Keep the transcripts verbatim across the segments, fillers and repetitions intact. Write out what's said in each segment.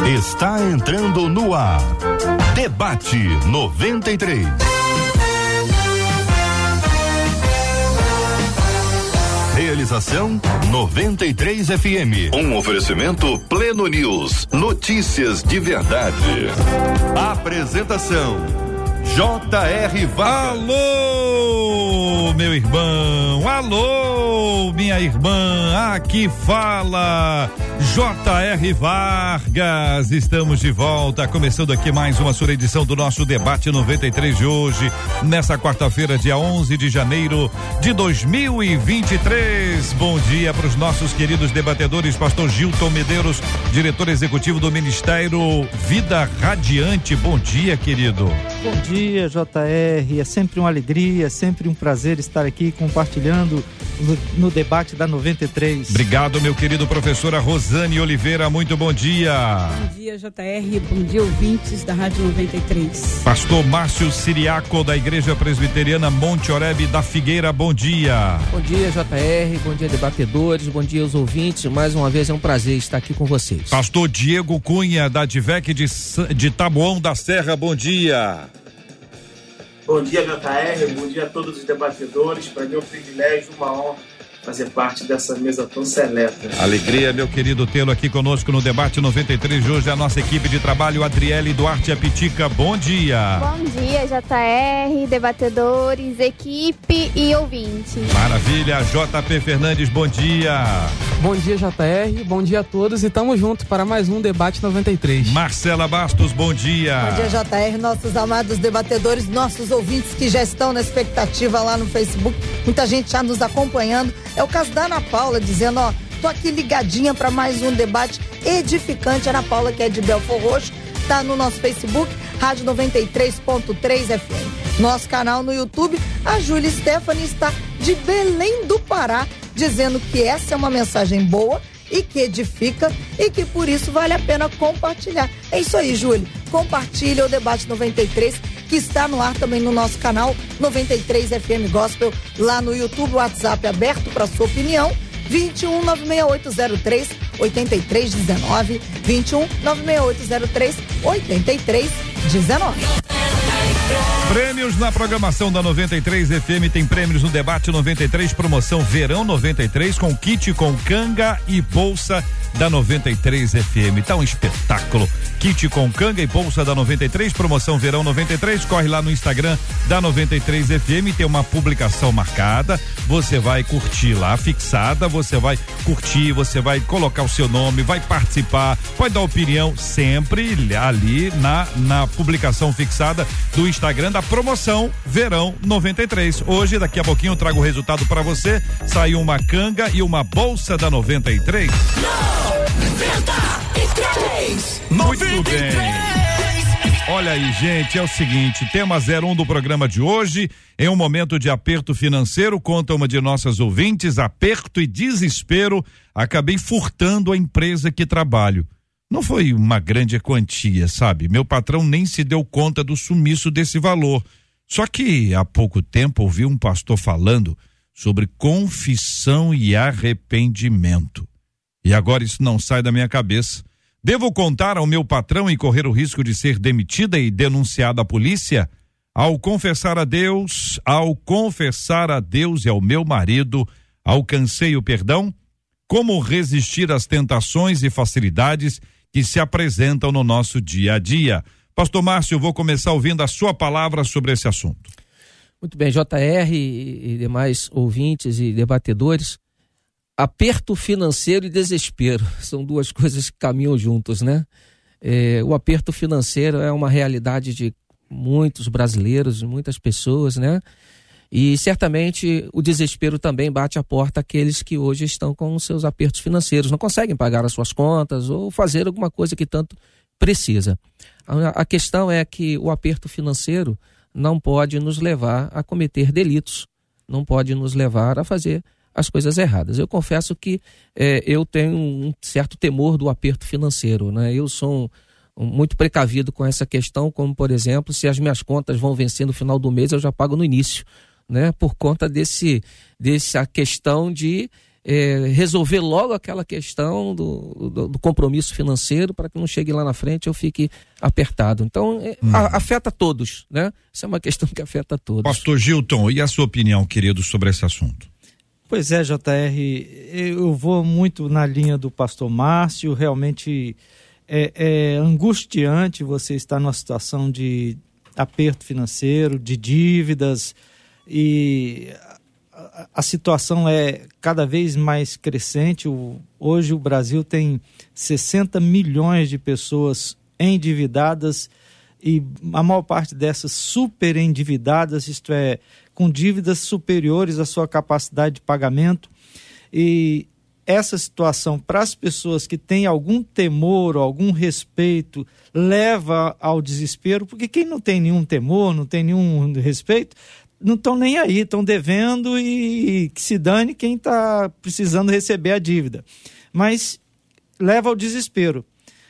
Está entrando no ar. Debate noventa e três. Realização noventa e três F M. Um oferecimento Pleno News. Notícias de verdade. Apresentação J R Vargas. Alô, meu irmão, alô, minha irmã, aqui fala J R Vargas. Estamos de volta, começando aqui mais uma sua edição do nosso Debate noventa e três de hoje, nessa quarta-feira, dia onze de janeiro de dois mil e vinte e três. Bom dia para os nossos queridos debatedores, pastor Gilton Medeiros, diretor executivo do Ministério Vida Radiante. Bom dia, querido. Bom dia, J R, é sempre uma alegria, é sempre um prazer estar aqui compartilhando no, no debate da noventa e três. Obrigado, meu querido professora Rosane Oliveira, muito bom dia. Bom dia, J R, bom dia, ouvintes da Rádio noventa e três. Pastor Márcio Siriaco, da Igreja Presbiteriana Monte Oreb da Figueira, bom dia. Bom dia, J R, bom dia, debatedores, bom dia aos ouvintes, mais uma vez é um prazer estar aqui com vocês. Pastor Diego Cunha, da Divec de, de Taboão da Serra, bom dia. Bom dia, J R, bom dia a todos os debatedores. Para mim é um privilégio, uma honra fazer parte dessa mesa tão seleta. Alegria, meu querido, tê-lo aqui conosco no Debate noventa e três de hoje. A nossa equipe de trabalho, Adriele Duarte Apitica, bom dia. Bom dia, J R, debatedores, equipe e ouvinte. Maravilha, J P Fernandes, bom dia. Bom dia, J R, bom dia a todos e tamo junto para mais um Debate noventa e três. Marcela Bastos, bom dia. Bom dia, J R, nossos amados debatedores, nossos ouvintes que já estão na expectativa lá no Facebook, muita gente já nos acompanhando. É o caso da Ana Paula dizendo, ó, tô aqui ligadinha para mais um debate edificante. Ana Paula, que é de Belfor Roxo, tá no nosso Facebook, Rádio noventa e três ponto três F M. Nosso canal no YouTube, a Júlia Stephanie está de Belém do Pará, dizendo que essa é uma mensagem boa e que edifica e que por isso vale a pena compartilhar. É isso aí, Júlia. Compartilha o Debate noventa e três, que está no ar também no nosso canal noventa e três F M Gospel, lá no YouTube, o WhatsApp aberto para sua opinião, vinte e um, nove seis oito zero três, oito três um nove, vinte e um, nove seis oito zero três, oito três um nove. Prêmios na programação da noventa e três F M, tem prêmios no Debate noventa e três, promoção Verão noventa e três, com kit com canga e bolsa da noventa e três F M. Tá um espetáculo. Kit com canga e bolsa da noventa e três, promoção Verão noventa e três. Corre lá no Instagram da noventa e três F M, tem uma publicação marcada. Você vai curtir lá, fixada. Você vai curtir, você vai colocar o seu nome, vai participar, vai dar opinião sempre ali na, na publicação fixada do Instagram da promoção Verão noventa e três. Hoje, daqui a pouquinho, eu trago o resultado para você. Saiu uma canga e uma bolsa da noventa e três. noventa e três. Muito bem. Olha aí, gente, é o seguinte, tema zero um do programa de hoje, em um momento de aperto financeiro, conta uma de nossas ouvintes, aperto e desespero, acabei furtando a empresa que trabalho. Não foi uma grande quantia, sabe? Meu patrão nem se deu conta do sumiço desse valor. Só que há pouco tempo ouvi um pastor falando sobre confissão e arrependimento. E agora isso não sai da minha cabeça. Devo contar ao meu patrão e correr o risco de ser demitida e denunciada à polícia? Ao confessar a Deus, ao confessar a Deus e ao meu marido, alcancei o perdão? Como resistir às tentações e facilidades que se apresentam no nosso dia a dia? Pastor Márcio, eu vou começar ouvindo a sua palavra sobre esse assunto. Muito bem, J R e demais ouvintes e debatedores. Aperto financeiro e desespero são duas coisas que caminham juntos, né? É, o aperto financeiro é uma realidade de muitos brasileiros, de muitas pessoas, né? E certamente o desespero também bate à porta àqueles que hoje estão com os seus apertos financeiros, não conseguem pagar as suas contas ou fazer alguma coisa que tanto precisa. A, a questão é que o aperto financeiro não pode nos levar a cometer delitos, não pode nos levar a fazer as coisas erradas. Eu confesso que é, eu tenho um certo temor do aperto financeiro, né? Eu sou um, um, muito precavido com essa questão, como por exemplo, se as minhas contas vão vencer no final do mês, eu já pago no início, né? Por conta desse, dessa questão de é, resolver logo aquela questão do, do, do compromisso financeiro para que não chegue lá na frente e eu fique apertado. Então, é, hum. a, afeta todos, né? Isso é uma questão que afeta todos. Pastor Gilton, e a sua opinião, querido, sobre esse assunto? Pois é, J R, eu vou muito na linha do pastor Márcio. Realmente é, é angustiante você estar numa situação de aperto financeiro, de dívidas, e a, a situação é cada vez mais crescente. O, hoje o Brasil tem sessenta milhões de pessoas endividadas e a maior parte dessas super endividadas, isto é, com dívidas superiores à sua capacidade de pagamento. E essa situação, para as pessoas que têm algum temor ou algum respeito, leva ao desespero, porque quem não tem nenhum temor, não tem nenhum respeito, não estão nem aí, estão devendo e que se dane quem está precisando receber a dívida. Mas leva ao desespero.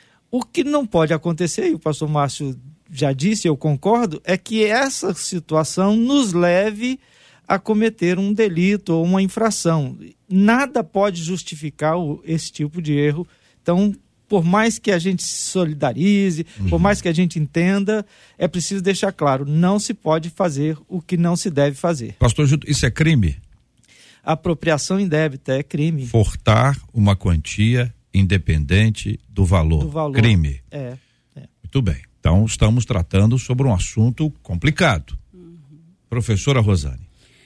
O que não pode acontecer, e o pastor Márcio já disse, eu concordo, é que essa situação nos leve a cometer um delito ou uma infração. Nada pode justificar o, esse tipo de erro. Então, por mais que a gente se solidarize, uhum. por mais que a gente entenda, é preciso deixar claro, não se pode fazer o que não se deve fazer. Pastor Gilton, isso é crime? Apropriação indébita é crime. Furtar uma quantia independente do valor. Do valor. Crime. É, é. Muito bem. Então, estamos tratando sobre um assunto complicado. Uhum. Professora Rosane.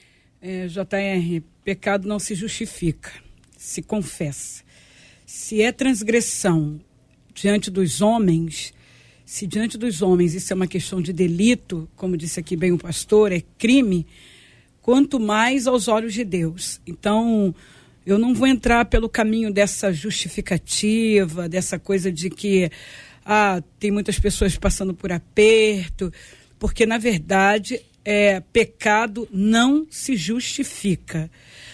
É, J R, pecado não se justifica, se confessa. Se é transgressão diante dos homens, se diante dos homens isso é uma questão de delito, como disse aqui bem o pastor, é crime, quanto mais aos olhos de Deus. Então, eu não vou entrar pelo caminho dessa justificativa, dessa coisa de que ah, tem muitas pessoas passando por aperto, porque na verdade é, pecado não se justifica.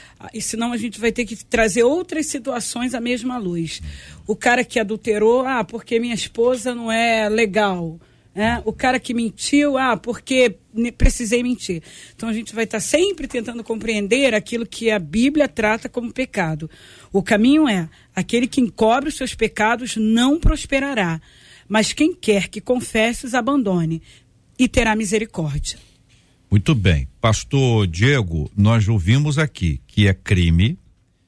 E senão a gente vai ter que trazer outras situações à mesma luz. O cara que adulterou, ah, porque minha esposa não é legal. Né? O cara que mentiu, ah, porque precisei mentir. Então a gente vai estar sempre tentando compreender aquilo que a Bíblia trata como pecado. O caminho é, aquele que encobre os seus pecados não prosperará, mas quem quer que confesse os abandone e terá misericórdia. Muito bem. Pastor Diego, nós ouvimos aqui que é crime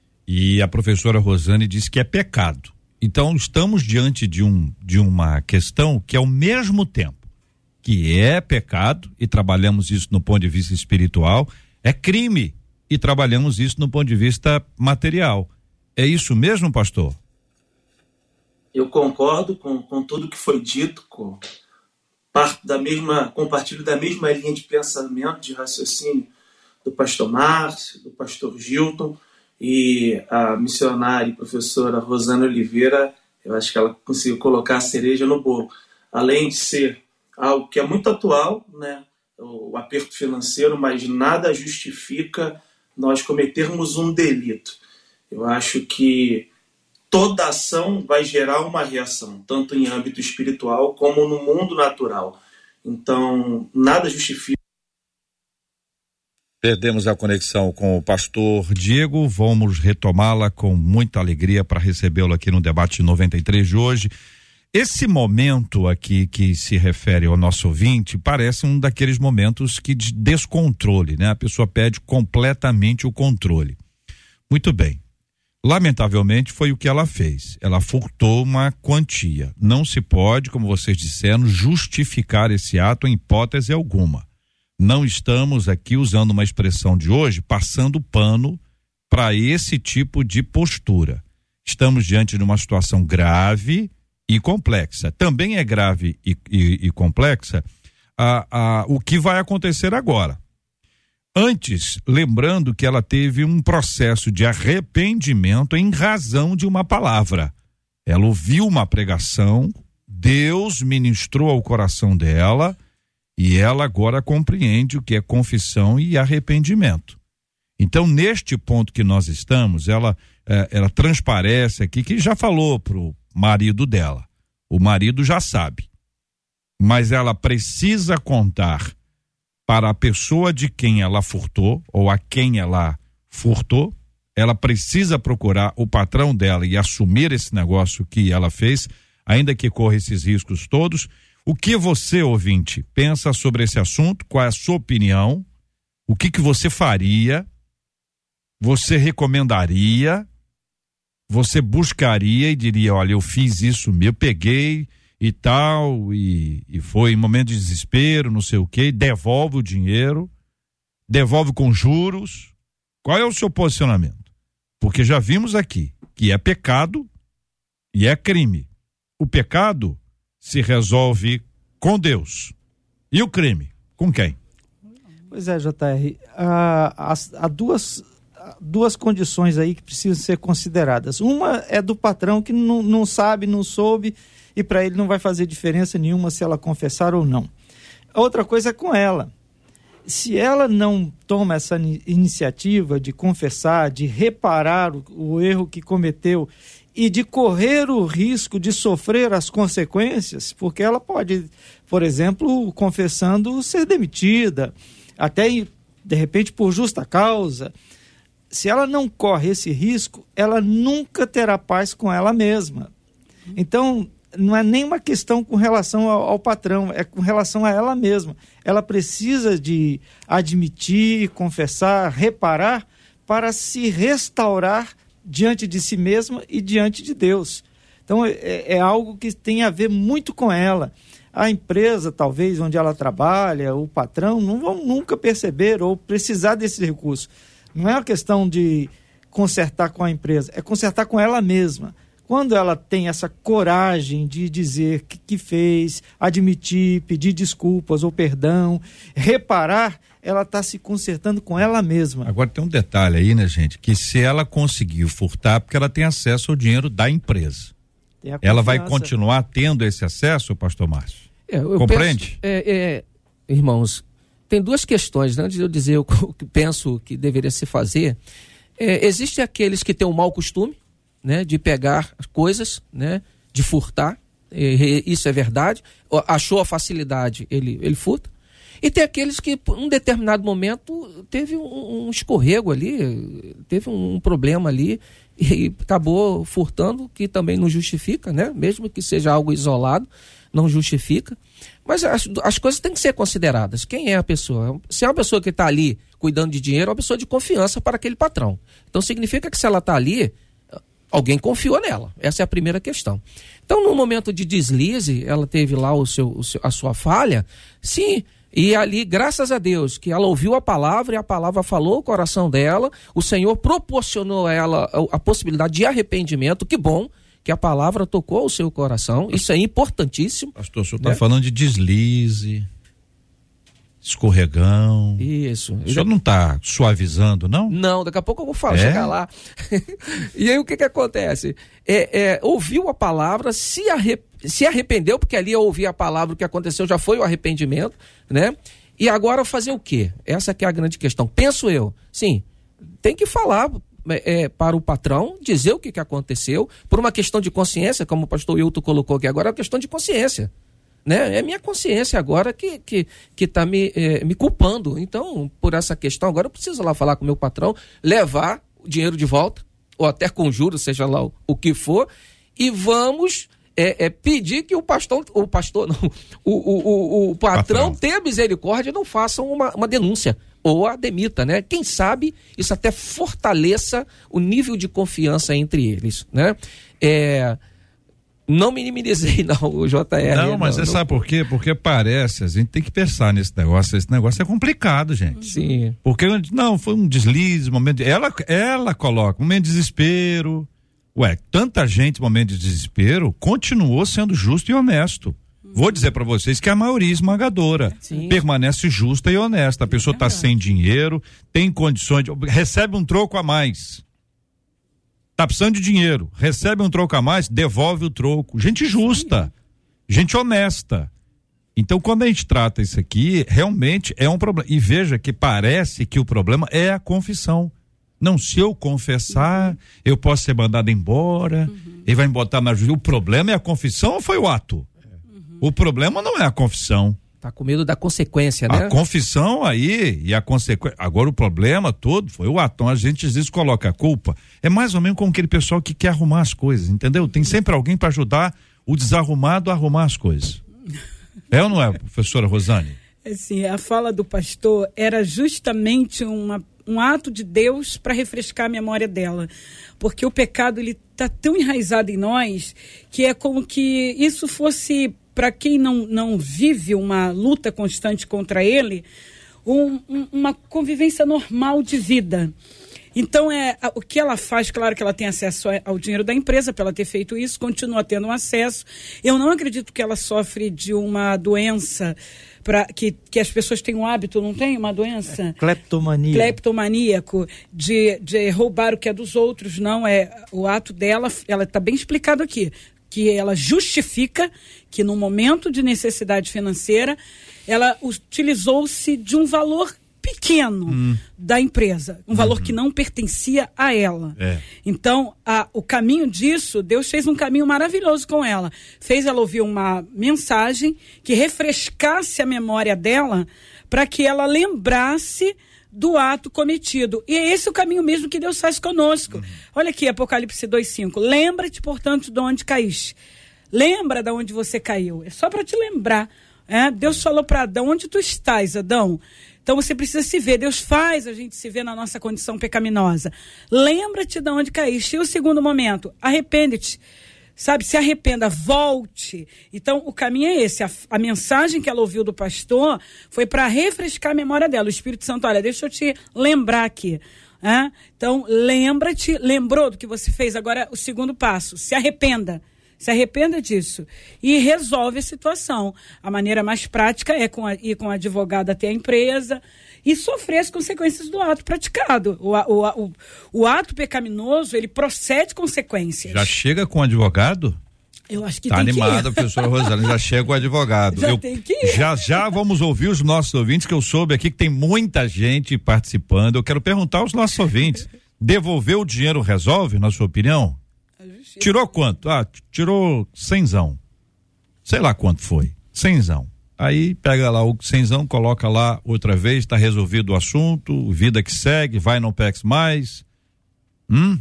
e a professora Rosane disse que é pecado. Então, estamos diante de, um, de uma questão que, ao mesmo tempo que é pecado, e trabalhamos isso no ponto de vista espiritual, é crime, e trabalhamos isso no ponto de vista material. É isso mesmo, pastor? Eu concordo com, com tudo que foi dito, com parte da mesma, compartilho da mesma linha de pensamento, de raciocínio do pastor Márcio, do pastor Gilton, e a missionária e professora Rosana Oliveira. Eu acho que ela conseguiu colocar a cereja no bolo. Além de ser algo que é muito atual, né, o aperto financeiro, mas nada justifica nós cometermos um delito. Eu acho que toda ação vai gerar uma reação, tanto em âmbito espiritual como no mundo natural. Então, nada justifica. Perdemos a conexão com o pastor Diego, vamos retomá-la com muita alegria para recebê-lo aqui no debate noventa e três de hoje. Esse momento aqui que se refere ao nosso ouvinte parece um daqueles momentos que de descontrole, né? A pessoa perde completamente o controle. Muito bem. Lamentavelmente foi o que ela fez. Ela furtou uma quantia. Não se pode, como vocês disseram, justificar esse ato em hipótese alguma. Não estamos aqui usando uma expressão de hoje, passando pano para esse tipo de postura. Estamos diante de uma situação grave e complexa. Também é grave e, e, e complexa a, a, o que vai acontecer agora. Antes, lembrando que ela teve um processo de arrependimento em razão de uma palavra. Ela ouviu uma pregação, Deus ministrou ao coração dela e ela agora compreende o que é confissão e arrependimento. Então, neste ponto que nós estamos, ela, é, ela transparece aqui que já falou pro marido dela. O marido já sabe. Mas ela precisa contar para a pessoa de quem ela furtou, ou a quem ela furtou, ela precisa procurar o patrão dela e assumir esse negócio que ela fez, ainda que corra esses riscos todos. O que você, ouvinte, pensa sobre esse assunto? Qual é a sua opinião? O que que você faria? Você recomendaria? Você buscaria e diria, olha, eu fiz isso, eu peguei e tal, e, e foi em momento de desespero, não sei o quê, devolve o dinheiro, devolve com juros. Qual é o seu posicionamento? Porque já vimos aqui que é pecado e é crime. O pecado se resolve com Deus. E o crime? Com quem? Pois é, J R. Há, há duas, duas condições aí que precisam ser consideradas. Uma é do patrão que não, não sabe, não soube, e para ele não vai fazer diferença nenhuma se ela confessar ou não. A outra coisa é com ela. Se ela não toma essa iniciativa de confessar, de reparar o, o erro que cometeu e de correr o risco de sofrer as consequências, porque ela pode, por exemplo, confessando, ser demitida, até de repente por justa causa. Se ela não corre esse risco, ela nunca terá paz com ela mesma. Então, não é nem uma questão com relação ao, ao patrão, é com relação a ela mesma. Ela precisa de admitir, confessar, reparar para se restaurar diante de si mesma e diante de Deus. Então é, é algo que tem a ver muito com ela. A empresa, talvez, onde ela trabalha, o patrão, não vão nunca perceber ou precisar desse recurso. Não é uma questão de consertar com a empresa, é consertar com ela mesma. Quando ela tem essa coragem de dizer que, que fez, admitir, pedir desculpas ou perdão, reparar, ela está se consertando com ela mesma. Agora tem um detalhe aí, né, gente, que se ela conseguiu furtar, porque ela tem acesso ao dinheiro da empresa. Ela vai continuar tendo esse acesso, pastor Márcio? É, eu Compreende? Penso, é, é, irmãos, tem duas questões, né? Antes de eu dizer o que penso que deveria se fazer, é, existem aqueles que têm um mau costume, né, de pegar coisas, né, de furtar, e, e, isso é verdade, achou a facilidade, ele, ele furta. E tem aqueles que, por um determinado momento, teve um, um escorrego ali, teve um, um problema ali e acabou furtando, que também não justifica, né? Mesmo que seja algo isolado, não justifica. Mas as, as coisas têm que ser consideradas. Quem é a pessoa? Se é uma pessoa que está ali cuidando de dinheiro, é uma pessoa de confiança para aquele patrão. Então significa que se ela está ali, alguém confiou nela. Essa é a primeira questão. Então, no momento de deslize, ela teve lá o seu, o seu, a sua falha, sim. E ali, graças a Deus, que ela ouviu a palavra e a palavra falou o coração dela, o Senhor proporcionou a ela a, a possibilidade de arrependimento. Que bom que a palavra tocou o seu coração, isso é importantíssimo. Pastor, o senhor está, né, falando de deslize, escorregão. Isso. O senhor não está suavizando, não? Não, daqui a pouco eu vou falar, é? chegar lá. E aí o que que acontece? É, é, ouviu a palavra, se, arre, se arrependeu, porque ali eu ouvi a palavra, o que aconteceu já foi o arrependimento, né? E agora fazer o quê? Essa que é a grande questão. Penso eu, sim, tem que falar é, para o patrão, dizer o que que aconteceu, por uma questão de consciência, como o pastor Hilton colocou aqui agora, é uma questão de consciência. Né? É minha consciência agora que que que está me, é, me culpando. Então, por essa questão, agora eu preciso lá falar com o meu patrão, levar o dinheiro de volta, ou até com juros, seja lá o, o que for, e vamos é, é, pedir que o pastor, o pastor não, o, o, o, o patrão, patrão tenha misericórdia e não faça uma, uma denúncia, ou a demita, né? Quem sabe isso até fortaleça o nível de confiança entre eles, né? É... Não minimizei, não, o J R. Não, mas não, você não... sabe por quê? Porque parece, a gente tem que pensar nesse negócio, esse negócio é complicado, gente. Sim. Porque, não, foi um deslize, momento de... ela, ela coloca, momento de desespero. Ué, tanta gente, momento de desespero, continuou sendo justo e honesto. Vou dizer para vocês que a maioria esmagadora Sim. permanece justa e honesta. A pessoa está é sem dinheiro, tem condições, de... recebe um troco a mais. Tá precisando de dinheiro, recebe um troco a mais, devolve o troco. Gente justa, gente honesta. Então, quando a gente trata isso aqui, realmente é um problema. E veja que parece que o problema é a confissão. Não, se eu confessar, uhum. eu posso ser mandado embora, uhum. ele vai me botar na justiça. O problema é a confissão ou foi o ato? Uhum. O problema não é a confissão. Tá com medo da consequência, né? A confissão aí e a consequência. Agora o problema todo foi o ato. Então a gente às vezes coloca a culpa. É mais ou menos como aquele pessoal que quer arrumar as coisas, entendeu? Tem sempre alguém para ajudar o desarrumado a arrumar as coisas. É ou não é, professora Rosane? Assim, a fala do pastor era justamente uma, um ato de Deus para refrescar a memória dela. Porque o pecado, ele está tão enraizado em nós que é como que isso fosse, para quem não, não vive uma luta constante contra ele, um, um, uma convivência normal de vida. Então, é, a, o que ela faz, claro que ela tem acesso a, ao dinheiro da empresa, para ela ter feito isso, continua tendo um acesso. Eu não acredito que ela sofre de uma doença, pra, que, que as pessoas têm um hábito, não tem uma doença? É, cleptomania. Cleptomaníaco, de, de roubar o que é dos outros, não. É o ato dela, ela está bem explicado aqui, que ela justifica que no momento de necessidade financeira, ela utilizou-se de um valor pequeno hum. da empresa, um uhum. valor que não pertencia a ela. É. Então, a, o caminho disso, Deus fez um caminho maravilhoso com ela. Fez ela ouvir uma mensagem que refrescasse a memória dela para que ela lembrasse do ato cometido. E é esse o caminho mesmo que Deus faz conosco. Uhum. Olha aqui, Apocalipse dois, cinco. Lembra-te, portanto, de onde caíste. Lembra de onde você caiu. É só para te lembrar. É? Deus falou para Adão, onde tu estás, Adão? Então você precisa se ver. Deus faz a gente se ver na nossa condição pecaminosa. Lembra-te de onde caíste. E o segundo momento, arrepende-te. Sabe, se arrependa, volte. Então o caminho é esse. A, a mensagem que ela ouviu do pastor foi para refrescar a memória dela. O Espírito Santo, olha, deixa eu te lembrar aqui. É? Então lembra-te, lembrou do que você fez. Agora o segundo passo, se arrependa. Se arrependa disso e resolve a situação. A maneira mais prática é com a, ir com o advogado até a empresa e sofrer as consequências do ato praticado. O, o, o, o ato pecaminoso, ele procede consequências. Já chega com o advogado? Eu acho que tá tem animada, que ir. Professora Rosane, já chega com o advogado. Já Eu, tem que ir. Já, já vamos ouvir os nossos ouvintes, que eu soube aqui que tem muita gente participando. Eu quero perguntar aos nossos ouvintes, devolver o dinheiro resolve, na sua opinião? Tirou quanto? Ah, tirou cenzão. Sei lá quanto foi. Cenzão. Aí pega lá o cenzão, coloca lá outra vez, tá resolvido o assunto, vida que segue, vai, não pex mais. Hum?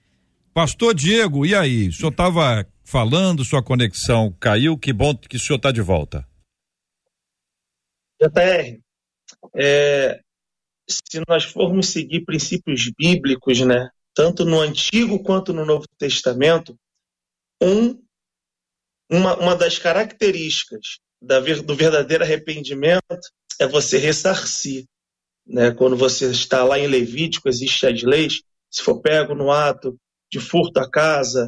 Pastor Diego, e aí? O senhor tava falando, sua conexão caiu, que bom que o senhor tá de volta. J R, é, se nós formos seguir princípios bíblicos, né? Tanto no Antigo quanto no Novo Testamento, um, uma, uma das características da, do verdadeiro arrependimento é você ressarcir. Né? Quando você está lá em Levítico, existem as leis, se for pego no ato de furto à casa,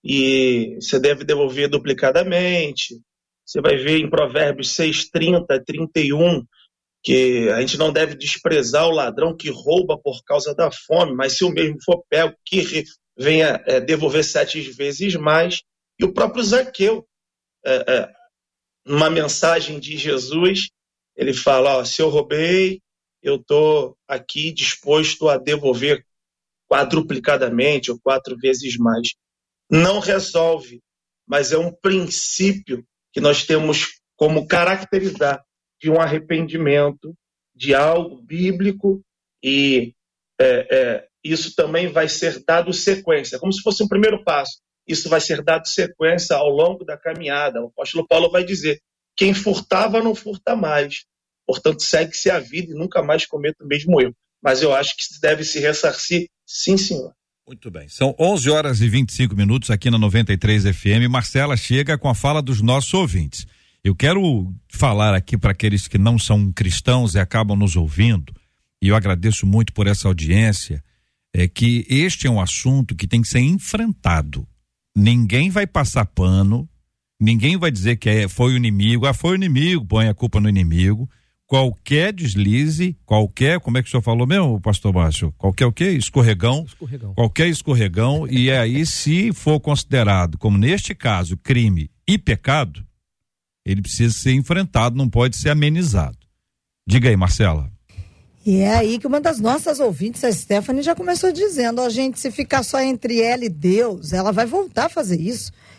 e você deve devolver duplicadamente. Você vai ver em Provérbios seis, trinta, trinta e um, que a gente não deve desprezar o ladrão que rouba por causa da fome, mas se o mesmo for pego, que venha é, devolver sete vezes mais. E o próprio Zaqueu, é, é, numa mensagem de Jesus, ele fala, ó, se eu roubei, eu estou aqui disposto a devolver quadruplicadamente ou quatro vezes mais. Não resolve, mas é um princípio que nós temos como caracterizar de um arrependimento, de algo bíblico, e é, é, isso também vai ser dado sequência, como se fosse um primeiro passo. Isso vai ser dado sequência ao longo da caminhada. O apóstolo Paulo vai dizer, quem furtava não furta mais, portanto segue-se a vida e nunca mais cometa o mesmo erro. Mas eu acho que deve se ressarcir, sim, senhor. Muito bem, são onze horas e vinte e cinco minutos aqui na noventa e três F M. Marcela chega com a fala dos nossos ouvintes. Eu quero falar aqui para aqueles que não são cristãos e acabam nos ouvindo, e eu agradeço muito por essa audiência, é que este é um assunto que tem que ser enfrentado. Ninguém vai passar pano, ninguém vai dizer que é, foi o inimigo, ah, foi o inimigo, põe a culpa no inimigo. Qualquer deslize, qualquer, como é que o senhor falou mesmo, pastor Márcio? Qualquer o quê? Escorregão, escorregão. Qualquer escorregão, e aí se for considerado, como neste caso, crime e pecado, ele precisa ser enfrentado, não pode ser amenizado. Diga aí, Marcela. E é aí que uma das nossas ouvintes, a Stephanie, já começou dizendo, ó, gente, se ficar só entre ela e Deus, ela vai voltar a fazer isso.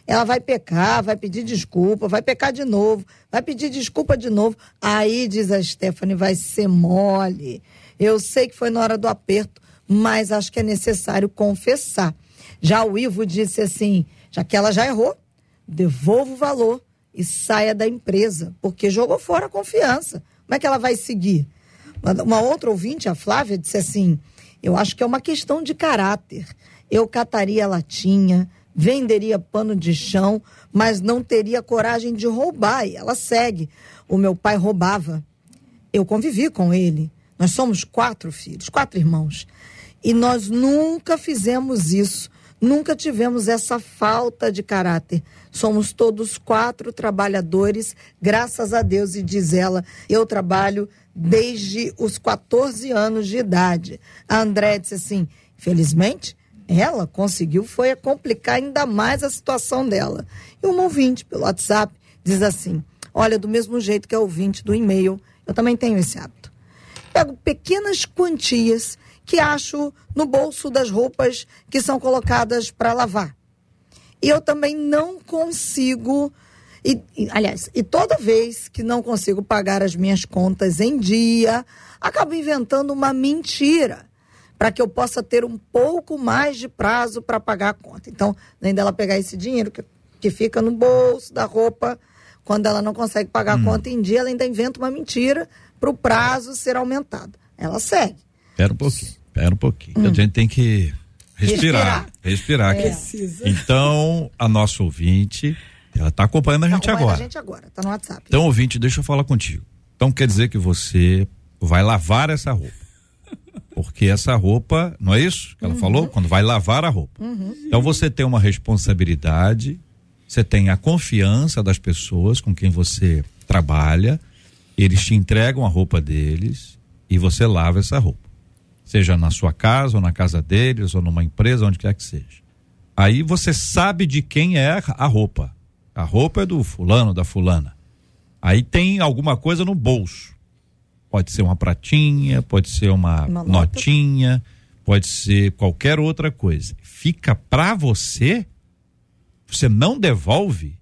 ela vai pecar, vai pedir desculpa, vai pecar de novo, vai pedir desculpa de novo. Aí, diz a Stephanie, vai ser mole. Eu sei que foi na hora do aperto, mas acho que é necessário confessar. Já o Ivo disse assim, já que ela já errou, devolva o valor e saia da empresa, porque jogou fora a confiança. Como é que ela vai seguir? Uma outra ouvinte, a Flávia, disse assim, eu acho que é uma questão de caráter. Eu cataria latinha, venderia pano de chão, mas não teria coragem de roubar. E ela segue. O meu pai roubava. Eu convivi com ele. Nós somos quatro filhos, quatro irmãos. E nós nunca fizemos isso. Nunca tivemos essa falta de caráter. Somos todos quatro trabalhadores, graças a Deus. E diz ela, eu trabalho desde os quatorze anos de idade. A André disse assim, infelizmente, ela conseguiu foi complicar ainda mais a situação dela. E um ouvinte pelo WhatsApp diz assim, olha, do mesmo jeito que é ouvinte do e-mail, eu também tenho esse hábito. Pego pequenas quantias que acho no bolso das roupas que são colocadas para lavar. E eu também não consigo, e, e, aliás, e toda vez que não consigo pagar as minhas contas em dia, acabo inventando uma mentira para que eu possa ter um pouco mais de prazo para pagar a conta. Então, além dela pegar esse dinheiro que, que fica no bolso da roupa, quando ela não consegue pagar hum. a conta em dia, ela ainda inventa uma mentira para o prazo ser aumentado. Ela segue. Espera um pouquinho, espera um pouquinho. Hum. A gente tem que respirar, respirar. respirar. É. Então, a nossa ouvinte, ela está acompanhando a gente tá acompanhando agora. a gente agora, está no WhatsApp. Então, ouvinte, deixa eu falar contigo. Então, quer dizer que você vai lavar essa roupa. Porque essa roupa, não é isso que ela uhum. falou? Quando vai lavar a roupa. Uhum. Então você tem uma responsabilidade, você tem a confiança das pessoas com quem você trabalha, eles te entregam a roupa deles e você lava essa roupa. Seja na sua casa, ou na casa deles, ou numa empresa, onde quer que seja. Aí você sabe de quem é a roupa. A roupa é do fulano, da fulana. Aí tem alguma coisa no bolso. Pode ser uma pratinha, pode ser uma, uma notinha, pode ser qualquer outra coisa. Fica pra você? Você não devolve?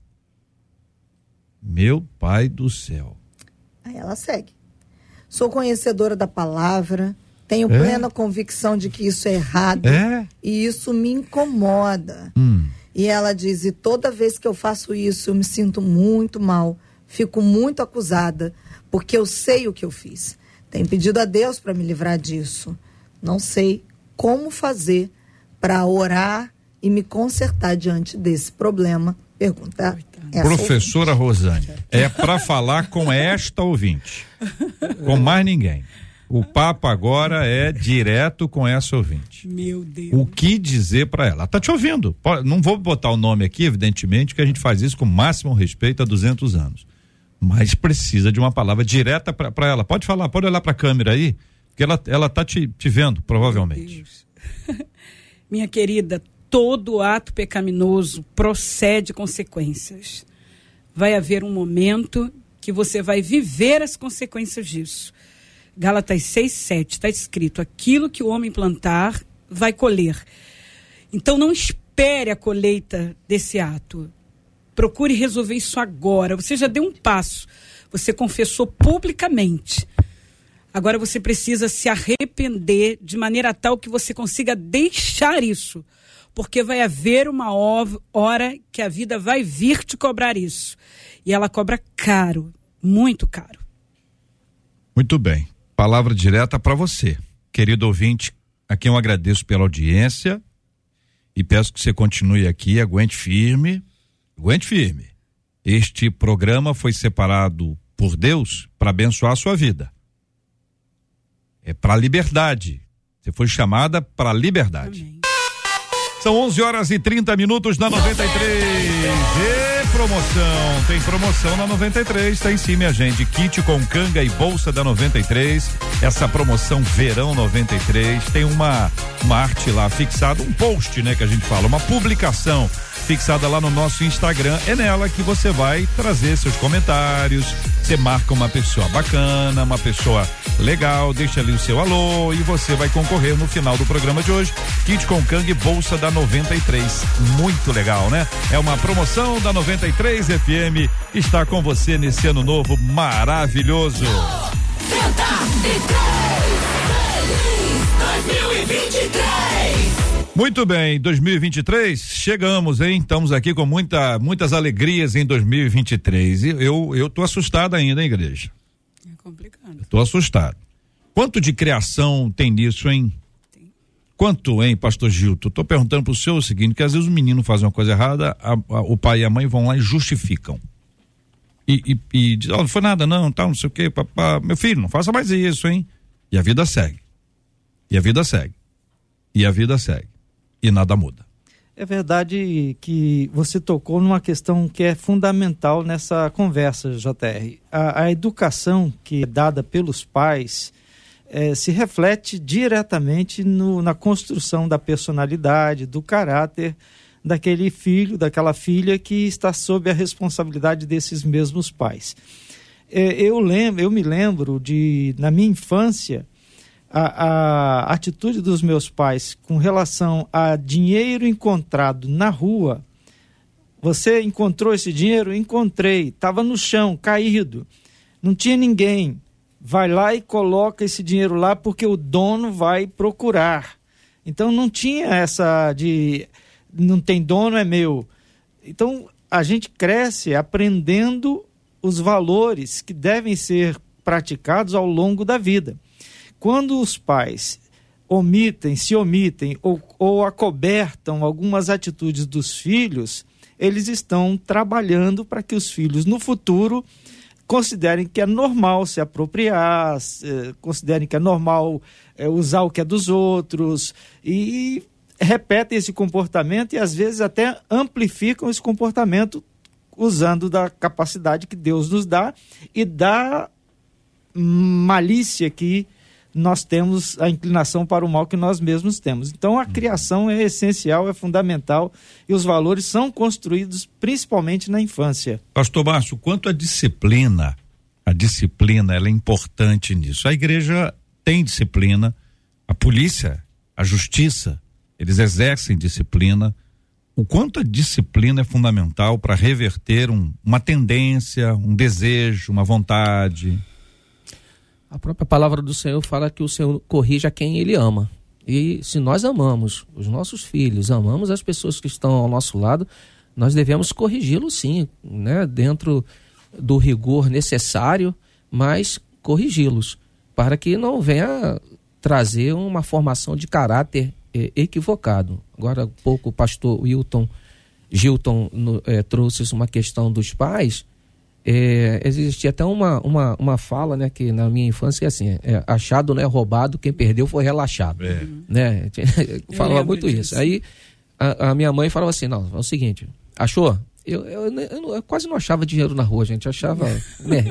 Meu pai do céu. Aí ela segue. Sou conhecedora da palavra, tenho é? plena convicção de que isso é errado é? e isso me incomoda. Hum. E ela diz, e toda vez que eu faço isso eu me sinto muito mal, fico muito acusada, porque eu sei o que eu fiz. Tenho pedido a Deus para me livrar disso. Não sei como fazer para orar e me consertar diante desse problema. Pergunta. Professora Rosane, é para falar com esta ouvinte, com mais ninguém. O papo agora é direto com essa ouvinte. Meu Deus. O que dizer para ela? Ela tá te ouvindo. Não vou botar o nome aqui, evidentemente, que a gente faz isso com o máximo respeito há duzentos anos. Mas precisa de uma palavra direta para ela. Pode falar, pode olhar para a câmera aí, porque ela, ela tá te, te vendo, provavelmente. Minha querida, todo ato pecaminoso procede consequências. Vai haver um momento que você vai viver as consequências disso. Gálatas seis, sete, está escrito, aquilo que o homem plantar, vai colher. Então não espere a colheita desse ato. Procure resolver isso agora. Você já deu um passo. Você confessou publicamente. Agora você precisa se arrepender de maneira tal que você consiga deixar isso. Porque vai haver uma hora que a vida vai vir te cobrar isso. E ela cobra caro, muito caro. Muito bem. Palavra direta para você, querido ouvinte, a quem eu agradeço pela audiência e peço que você continue aqui, aguente firme. Aguente firme. Este programa foi separado por Deus para abençoar a sua vida. É para a liberdade. Você foi chamada para a liberdade. Amém. São onze horas e trinta minutos na noventa e três. promoção, tem promoção na noventa e três, tá em cima, minha gente. Kit com canga e bolsa da noventa e três. Essa promoção verão noventa e três tem uma, uma arte lá fixada, um post, né, que a gente fala, uma publicação fixada lá no nosso Instagram. É nela que você vai trazer seus comentários. Você marca uma pessoa bacana, uma pessoa legal, deixa ali o seu alô e você vai concorrer no final do programa de hoje. Kit com canga e bolsa da noventa e três. Muito legal, né? É uma promoção da noventa e três F M. Está com você nesse ano novo maravilhoso. noventa e três, dois mil e vinte e três. Muito bem, dois mil e vinte e três, chegamos, hein? Estamos aqui com muita, muitas alegrias em dois mil e vinte e três. E eu, eu tô assustado ainda, hein, igreja? É complicado. Eu tô assustado. Quanto de criação tem nisso, hein? Tem. Quanto, hein, pastor Gilton? Tô perguntando pro senhor o seguinte, que às vezes o menino faz uma coisa errada, a, a, o pai e a mãe vão lá e justificam. E, e, e diz, oh, não foi nada não, tal, não sei o quê, papá. Meu filho, não faça mais isso, hein? E a vida segue. E a vida segue. E a vida segue. E nada muda. É verdade que você tocou numa questão que é fundamental nessa conversa, J R. A, a educação que é dada pelos pais eh, se reflete diretamente no, na construção da personalidade, do caráter daquele filho, daquela filha que está sob a responsabilidade desses mesmos pais. Eh, eu, lembro, eu me lembro de, na minha infância, A, a atitude dos meus pais com relação a dinheiro encontrado na rua. Você encontrou esse dinheiro? Encontrei. Estava no chão, caído. Não tinha ninguém. Vai lá e coloca esse dinheiro lá porque o dono vai procurar. Então não tinha essa de não tem dono, é meu. Então a gente cresce aprendendo os valores que devem ser praticados ao longo da vida. Quando os pais omitem, se omitem ou, ou acobertam algumas atitudes dos filhos, eles estão trabalhando para que os filhos no futuro considerem que é normal se apropriar, eh, considerem que é normal eh, usar o que é dos outros e repetem esse comportamento e às vezes até amplificam esse comportamento usando da capacidade que Deus nos dá e da malícia que nós temos, a inclinação para o mal que nós mesmos temos. Então a criação é essencial, é fundamental e os valores são construídos principalmente na infância. Pastor Márcio, quanto à disciplina, a disciplina ela é importante nisso. A igreja tem disciplina, a polícia, a justiça, eles exercem disciplina. O quanto a disciplina é fundamental para reverter um, uma tendência, um desejo, uma vontade. A própria palavra do Senhor fala que o Senhor corrige a quem Ele ama. E se nós amamos os nossos filhos, amamos as pessoas que estão ao nosso lado, nós devemos corrigi-los sim, né? Dentro do rigor necessário, mas corrigi-los, para que não venha trazer uma formação de caráter eh, equivocado. Agora há pouco o pastor Wilton Gilton no, eh, trouxe uma questão dos pais. É, existia até uma, uma, uma fala, né, que na minha infância é assim, é, achado não é roubado, quem perdeu foi relaxado, é. Né? Falava muito disso. Isso. Aí a, a minha mãe falava assim, não, é o seguinte, achou? Eu, eu, eu, eu quase não achava dinheiro na rua, gente, eu achava, né?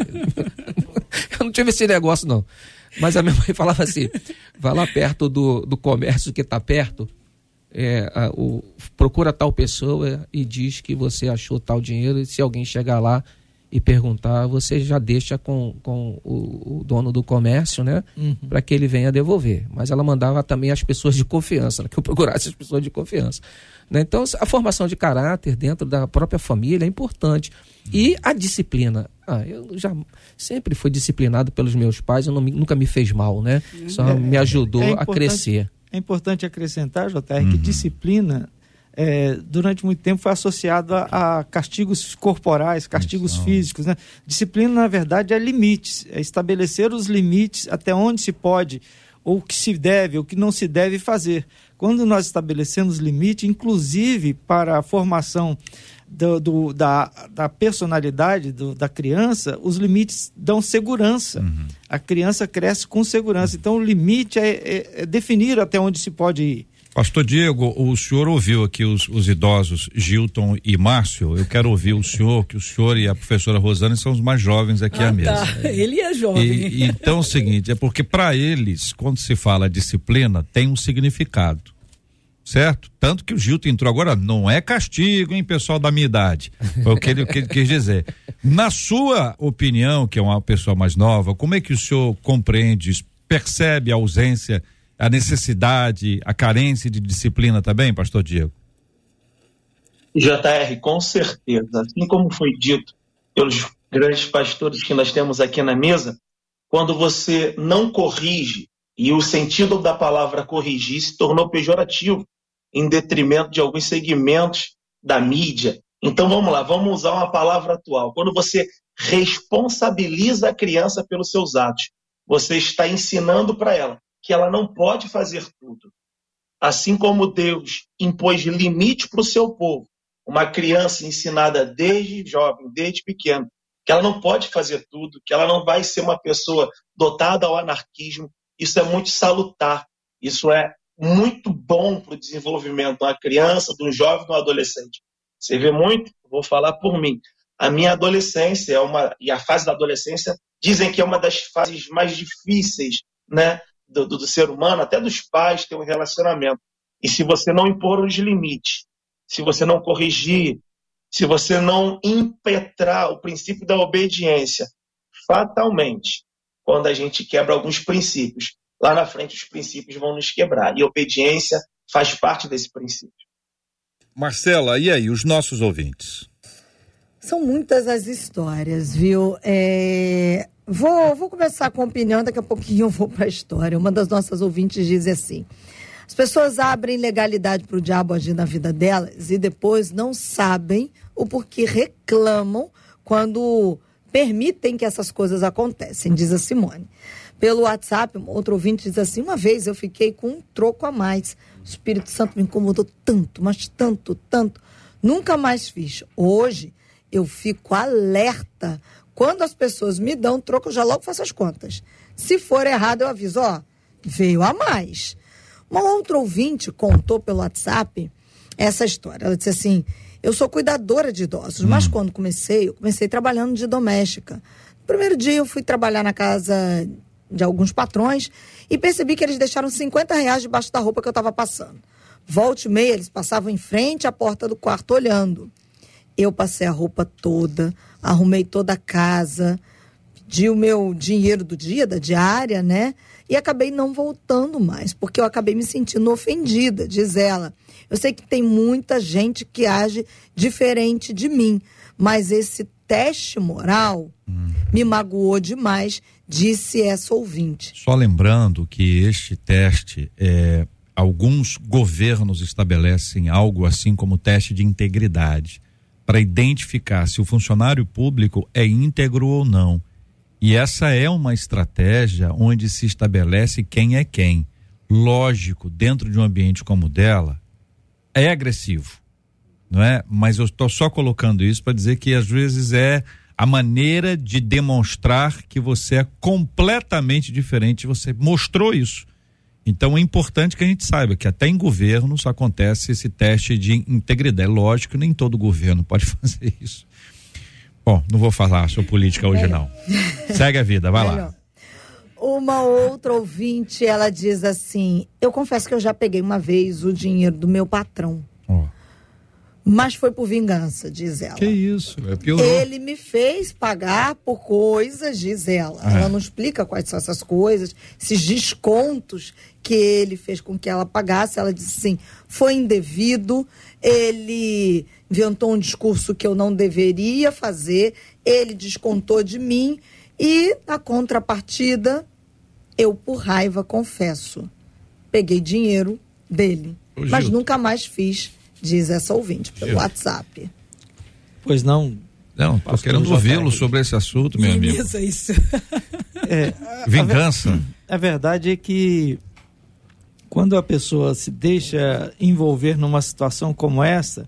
Eu não tive esse negócio não, mas a minha mãe falava assim, vai lá perto do, do comércio que está perto, é, a, o, procura tal pessoa e diz que você achou tal dinheiro e se alguém chegar lá e perguntar, você já deixa com, com o, o dono do comércio, né? Uhum. Para que ele venha devolver. Mas ela mandava também as pessoas de confiança, né? Que eu procurasse as pessoas de confiança. Né? Então, a formação de caráter dentro da própria família é importante. E a disciplina. Ah, eu já sempre fui disciplinado pelos meus pais, eu não, nunca me fez mal, né? Só é, me ajudou é a crescer. É importante acrescentar, J R, uhum. que disciplina... É, durante muito tempo foi associado a, a castigos corporais, castigos Isso. físicos, né? Disciplina, na verdade, é limites, é estabelecer os limites até onde se pode, ou o que se deve, ou o que não se deve fazer. Quando nós estabelecemos limite, inclusive para a formação do, do, da, da personalidade do, da criança, os limites dão segurança. Uhum. A criança cresce com segurança. Então, o limite é, é, é definir até onde se pode ir. Pastor Diego, o senhor ouviu aqui os, os idosos Gilton e Márcio. Eu quero ouvir o senhor, que o senhor e a professora Rosane são os mais jovens aqui ah, à mesa. Tá. Ele é jovem. E, então é o seguinte, é porque para eles, quando se fala disciplina, tem um significado, certo? Tanto que o Gilton entrou agora, não é castigo, hein, pessoal da minha idade. Foi o que ele, o que ele quis dizer. Na sua opinião, que é uma pessoa mais nova, como é que o senhor compreende isso? Percebe a ausência, a necessidade, a carência de disciplina também, pastor Diego? J R, com certeza. Assim como foi dito pelos grandes pastores que nós temos aqui na mesa, quando você não corrige, e o sentido da palavra corrigir se tornou pejorativo em detrimento de alguns segmentos da mídia. Então vamos lá, vamos usar uma palavra atual. Quando você responsabiliza a criança pelos seus atos, você está ensinando para ela que ela não pode fazer tudo. Assim como Deus impôs limite para o seu povo, uma criança ensinada desde jovem, desde pequeno, que ela não pode fazer tudo, que ela não vai ser uma pessoa dotada ao anarquismo, isso é muito salutar, isso é muito bom para o desenvolvimento de uma criança, de um jovem, de um adolescente. Você vê muito, vou falar por mim, a minha adolescência é uma, e a fase da adolescência dizem que é uma das fases mais difíceis, né, do, do, do ser humano, até dos pais ter um relacionamento. E se você não impor os limites, se você não corrigir, se você não impetrar o princípio da obediência, fatalmente, quando a gente quebra alguns princípios, lá na frente os princípios vão nos quebrar. E a obediência faz parte desse princípio. Marcela, e aí, os nossos ouvintes? São muitas as histórias, viu? É... Vou, vou começar com a opinião, daqui a pouquinho eu vou para a história. Uma das nossas ouvintes diz assim: as pessoas abrem legalidade para o diabo agir na vida delas e depois não sabem o porquê reclamam quando permitem que essas coisas acontecem, diz a Simone. Pelo WhatsApp, outro ouvinte diz assim: uma vez eu fiquei com um troco a mais. O Espírito Santo me incomodou tanto, mas tanto, tanto. Nunca mais fiz. Hoje, eu fico alerta. Quando as pessoas me dão troco, eu já logo faço as contas. Se for errado, eu aviso, ó, veio a mais. Uma outra ouvinte contou pelo WhatsApp essa história. Ela disse assim: eu sou cuidadora de idosos, hum. mas quando comecei, eu comecei trabalhando de doméstica. No primeiro dia eu fui trabalhar na casa de alguns patrões e percebi que eles deixaram cinquenta reais debaixo da roupa que eu estava passando. Volta e meia, eles passavam em frente à porta do quarto olhando. Eu passei a roupa toda, arrumei toda a casa, pedi o meu dinheiro do dia, da diária, né? E acabei não voltando mais, porque eu acabei me sentindo ofendida, diz ela. Eu sei que tem muita gente que age diferente de mim, mas esse teste moral hum. me magoou demais, disse essa ouvinte. Só lembrando que este teste, é, alguns governos estabelecem algo assim como teste de integridade, para identificar se o funcionário público é íntegro ou não. E essa é uma estratégia onde se estabelece quem é quem. Lógico, dentro de um ambiente como o dela, é agressivo, não é? Mas eu estou só colocando isso para dizer que às vezes é a maneira de demonstrar que você é completamente diferente, você mostrou isso. Então é importante que a gente saiba que até em governos acontece esse teste de integridade. É lógico que nem todo governo pode fazer isso. Bom, não vou falar sobre política hoje não. Segue a vida, vai lá. Uma outra ouvinte, ela diz assim: eu confesso que eu já peguei uma vez o dinheiro do meu patrão. Oh. Mas foi por vingança, diz ela. Que isso? É piorou. Ele me fez pagar por coisas, diz ela. Ah. Ela não explica quais são essas coisas, esses descontos que ele fez com que ela pagasse. Ela disse assim: foi indevido, ele inventou um discurso que eu não deveria fazer, ele descontou de mim e, na contrapartida, eu, por raiva, confesso, peguei dinheiro dele. Ô, mas Gilton, nunca mais fiz, diz essa ouvinte, pelo Gilton. WhatsApp. Pois não. Não, estou querendo ouvi-lo sobre esse assunto, meu amigo. Isso, isso. É, Vingança. A, a verdade é que quando a pessoa se deixa envolver numa situação como essa,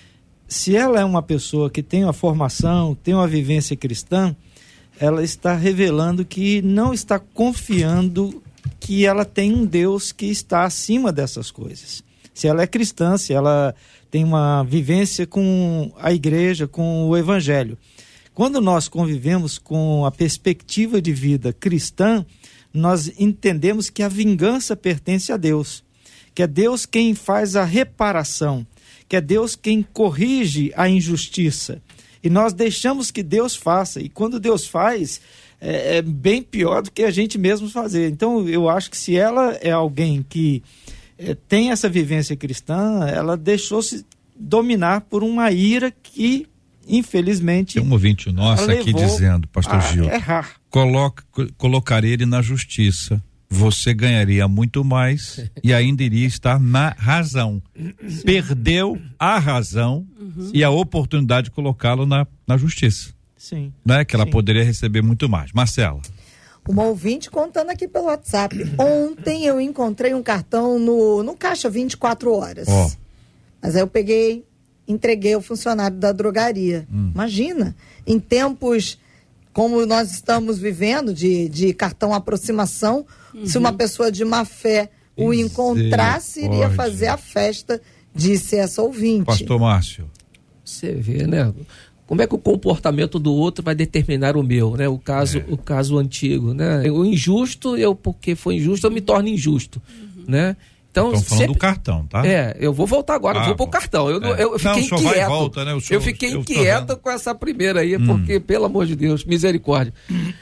se ela é uma pessoa que tem uma formação, tem uma vivência cristã, ela está revelando que não está confiando que ela tem um Deus que está acima dessas coisas. se ela é cristã, se ela tem uma vivência com a igreja, com o evangelho. Quando nós convivemos com a perspectiva de vida cristã, nós entendemos que a vingança pertence a Deus, que é Deus quem faz a reparação, que é Deus quem corrige a injustiça. E nós deixamos que Deus faça. E quando Deus faz, é, é bem pior do que a gente mesmo fazer. Então, eu acho que se ela é alguém que é, tem essa vivência cristã, ela deixou-se dominar por uma ira que, infelizmente... Tem um ouvinte nosso aqui dizendo, pastor Gil, errar. Coloca, colocaria ele na justiça. Você ganharia muito mais e ainda iria estar na razão. Sim. Perdeu a razão uhum. e a oportunidade de colocá-lo na, na justiça. Sim. Né? Que ela Sim. poderia receber muito mais. Marcela. Uma ouvinte contando aqui pelo WhatsApp. Ontem eu encontrei um cartão no, no caixa vinte e quatro horas. Oh. Mas aí eu peguei, entreguei ao funcionário da drogaria. Hum. Imagina, em tempos como nós estamos vivendo, de, de cartão aproximação, uhum. se uma pessoa de má fé o encontrasse, iria fazer a festa, disse essa ouvinte. Pastor Márcio. Você vê, né? Como é que o comportamento do outro vai determinar o meu, né? O caso, é. o caso antigo, né? O injusto, eu, porque foi injusto, eu me torno injusto, uhum. né? Então, estão falando sempre... do cartão, tá? É, eu vou voltar agora, ah, vou pro cartão. Eu, é. eu, eu fiquei não, inquieto. Vai e volta, né? Senhor, eu fiquei eu inquieto com essa primeira aí, hum. porque, pelo amor de Deus, misericórdia.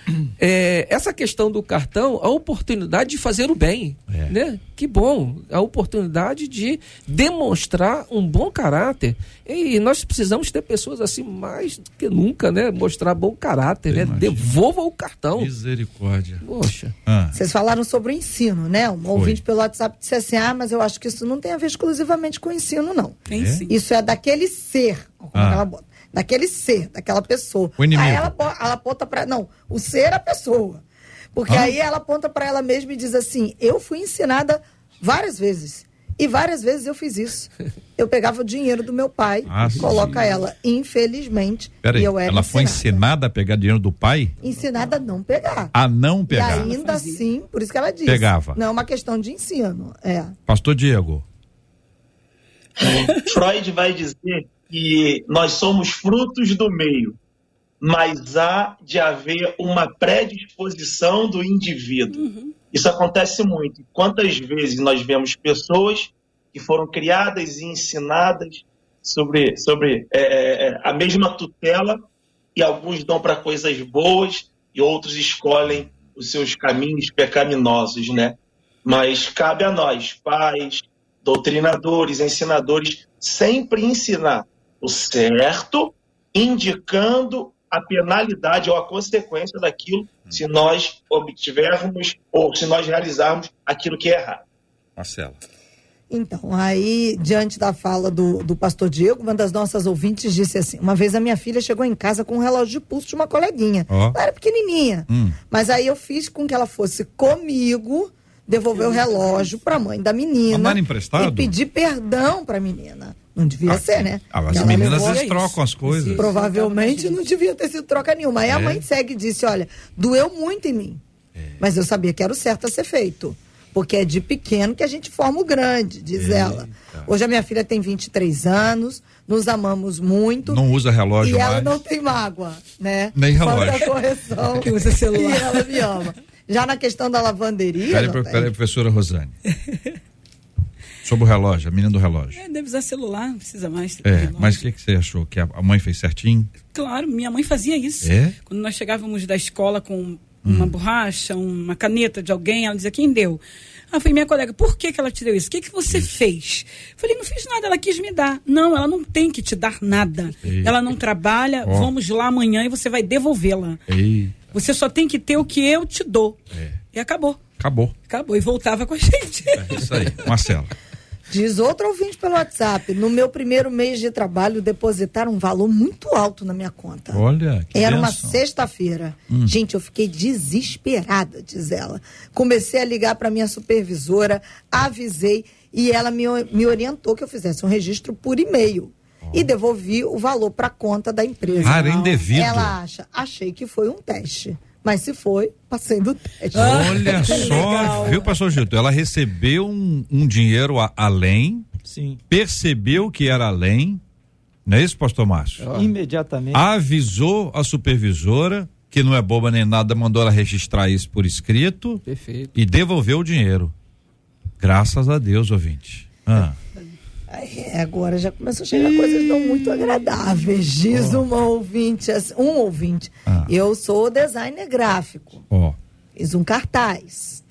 é, essa questão do cartão, a oportunidade de fazer o bem, é. né? Que bom, a oportunidade de demonstrar um bom caráter. E nós precisamos ter pessoas assim mais do que nunca, né? Mostrar bom caráter, né? Imagina. Devolva o cartão. Misericórdia. Poxa. Ah. Vocês falaram sobre o ensino, né? Um Foi. ouvinte pelo WhatsApp disse assim, ah, mas eu acho que isso não tem a ver exclusivamente com o ensino, não. Tem sim. Isso é daquele ser, como ah. ela bota, daquele ser, daquela pessoa. O inimigo. Aí ela, ela aponta pra... Não, o ser é a pessoa. Porque ah. aí ela aponta para ela mesma e diz assim, eu fui ensinada várias vezes. E várias vezes eu fiz isso. Eu pegava o dinheiro do meu pai, ah, coloca sim. ela, infelizmente, Peraí, e eu era ela ensinada. foi ensinada a pegar dinheiro do pai? Ensinada a não pegar. A não pegar. E ainda assim, por isso que ela disse. Pegava. Não é uma questão de ensino, é. Pastor Diego. Freud vai dizer que nós somos frutos do meio, mas há de haver uma predisposição do indivíduo. Uhum. Isso acontece muito. Quantas vezes nós vemos pessoas que foram criadas e ensinadas sobre, sobre é, a mesma tutela e alguns dão para coisas boas e outros escolhem os seus caminhos pecaminosos, né? Mas cabe a nós, pais, doutrinadores, ensinadores, sempre ensinar o certo, indicando a penalidade ou a consequência daquilo se nós obtivermos ou se nós realizarmos aquilo que é errado. Marcela. Então, aí, diante da fala do, do pastor Diego, uma das nossas ouvintes disse assim, uma vez a minha filha chegou em casa com um relógio de pulso de uma coleguinha. Oh. Ela era pequenininha. Hum. Mas aí eu fiz com que ela fosse comigo devolver o relógio para a mãe da menina emprestado? E pedir perdão para a menina. Não devia ah, ser, né? Ah, mas as meninas eles trocam as coisas. Provavelmente não devia ter sido troca nenhuma. Aí é. a mãe segue e disse, olha, doeu muito em mim. É. Mas eu sabia que era o certo a ser feito. Porque é de pequeno que a gente forma o grande, diz Eita. ela. Hoje a minha filha tem vinte e três anos, nos amamos muito. Não usa relógio e mais. E ela não tem mágoa, né? Nem relógio. Faz a correção. Que usa celular. E ela me ama. Já na questão da lavanderia... Peraí, peraí, professora Rosane. Sobre o relógio, a menina do relógio. É, deve usar celular, não precisa mais. É, relógio. Mas o que, que você achou? Que a mãe fez certinho? Claro, minha mãe fazia isso. É? Quando nós chegávamos da escola com uma hum. borracha, uma caneta de alguém, ela dizia, quem deu? Ah, foi minha colega. Por que que ela te deu isso? O que que você isso. fez? Falei, não fiz nada, ela quis me dar. Não, ela não tem que te dar nada. Eita. Ela não trabalha, oh. vamos lá amanhã e você vai devolvê-la. Eita. Você só tem que ter o que eu te dou. É. E acabou. Acabou. Acabou. E voltava com a gente. É isso aí. Marcela. Diz outro ouvinte pelo WhatsApp. No meu primeiro mês de trabalho, depositaram um valor muito alto na minha conta. Olha, que Era benção. uma sexta-feira. Hum. Gente, eu fiquei desesperada, diz ela. Comecei a ligar para minha supervisora, avisei e ela me, me orientou que eu fizesse um registro por e-mail. Oh. E devolvi o valor para a conta da empresa. Ah, era indevido. Ela acha, achei que foi um teste. Mas se foi, passei do teste. Olha só, legal. Viu, pastor Gilton? Ela recebeu um, um dinheiro a, além, Sim. Percebeu que era além, não é isso, pastor Márcio? Ah. Imediatamente. Avisou a supervisora, que não é boba nem nada, mandou ela registrar isso por escrito. Perfeito. E devolveu o dinheiro. Graças a Deus, ouvinte. Ah. É, agora já começou a chegar coisas não muito agradáveis. Diz oh. uma ouvinte, um ouvinte. Ah. Eu sou designer gráfico. Oh. Fiz um cartaz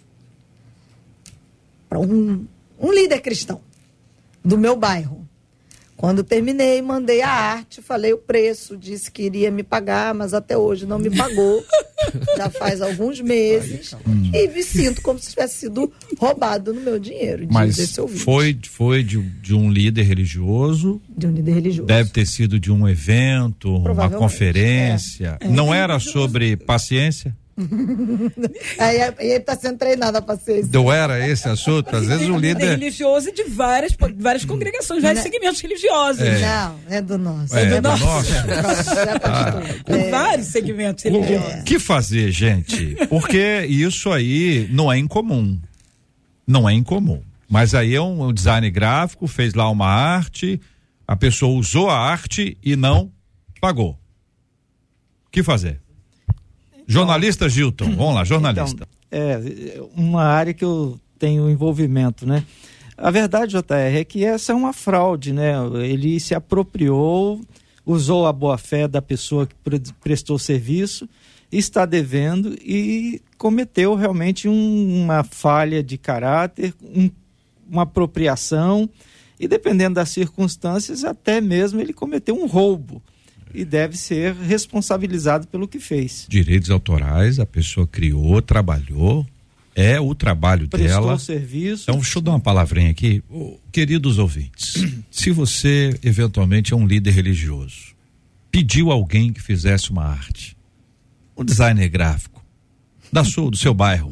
para um, um líder cristão do meu bairro. Quando terminei, mandei a arte, falei o preço, disse que iria me pagar, mas até hoje não me pagou. Já faz alguns meses. Hum. E me sinto como se tivesse sido roubado no meu dinheiro. Diz mas esse ouvinte. foi, foi de, de um líder religioso? De um líder religioso. Deve ter sido de um evento, uma conferência. É. É. Não era sobre paciência? Aí ele está sendo treinado a paciência. Não era esse assunto? Às vezes o líder... É religioso de várias, várias congregações, vários não. segmentos religiosos. É. Não, é do nosso. É, é do, é do nosso. nosso. ah. é. Vários segmentos religiosos. O que fazer, gente? Porque isso aí não é incomum. Não é incomum. Mas aí é um, um design gráfico, fez lá uma arte, a pessoa usou a arte e não pagou. O que fazer? Jornalista Gilton, vamos lá, jornalista. Então, é uma área que eu tenho envolvimento, né? A verdade, J R, é que essa é uma fraude, né? Ele se apropriou, usou a boa-fé da pessoa que prestou serviço, está devendo e cometeu realmente um, uma falha de caráter, um, uma apropriação e, dependendo das circunstâncias, até mesmo ele cometeu um roubo. E deve ser responsabilizado pelo que fez. Direitos autorais, a pessoa criou, trabalhou, é o trabalho prestou dela. Prestou serviço. Então, deixa eu dar uma palavrinha aqui. Oh, queridos ouvintes, se você eventualmente é um líder religioso, pediu alguém que fizesse uma arte, um designer gráfico, da sua, do seu bairro,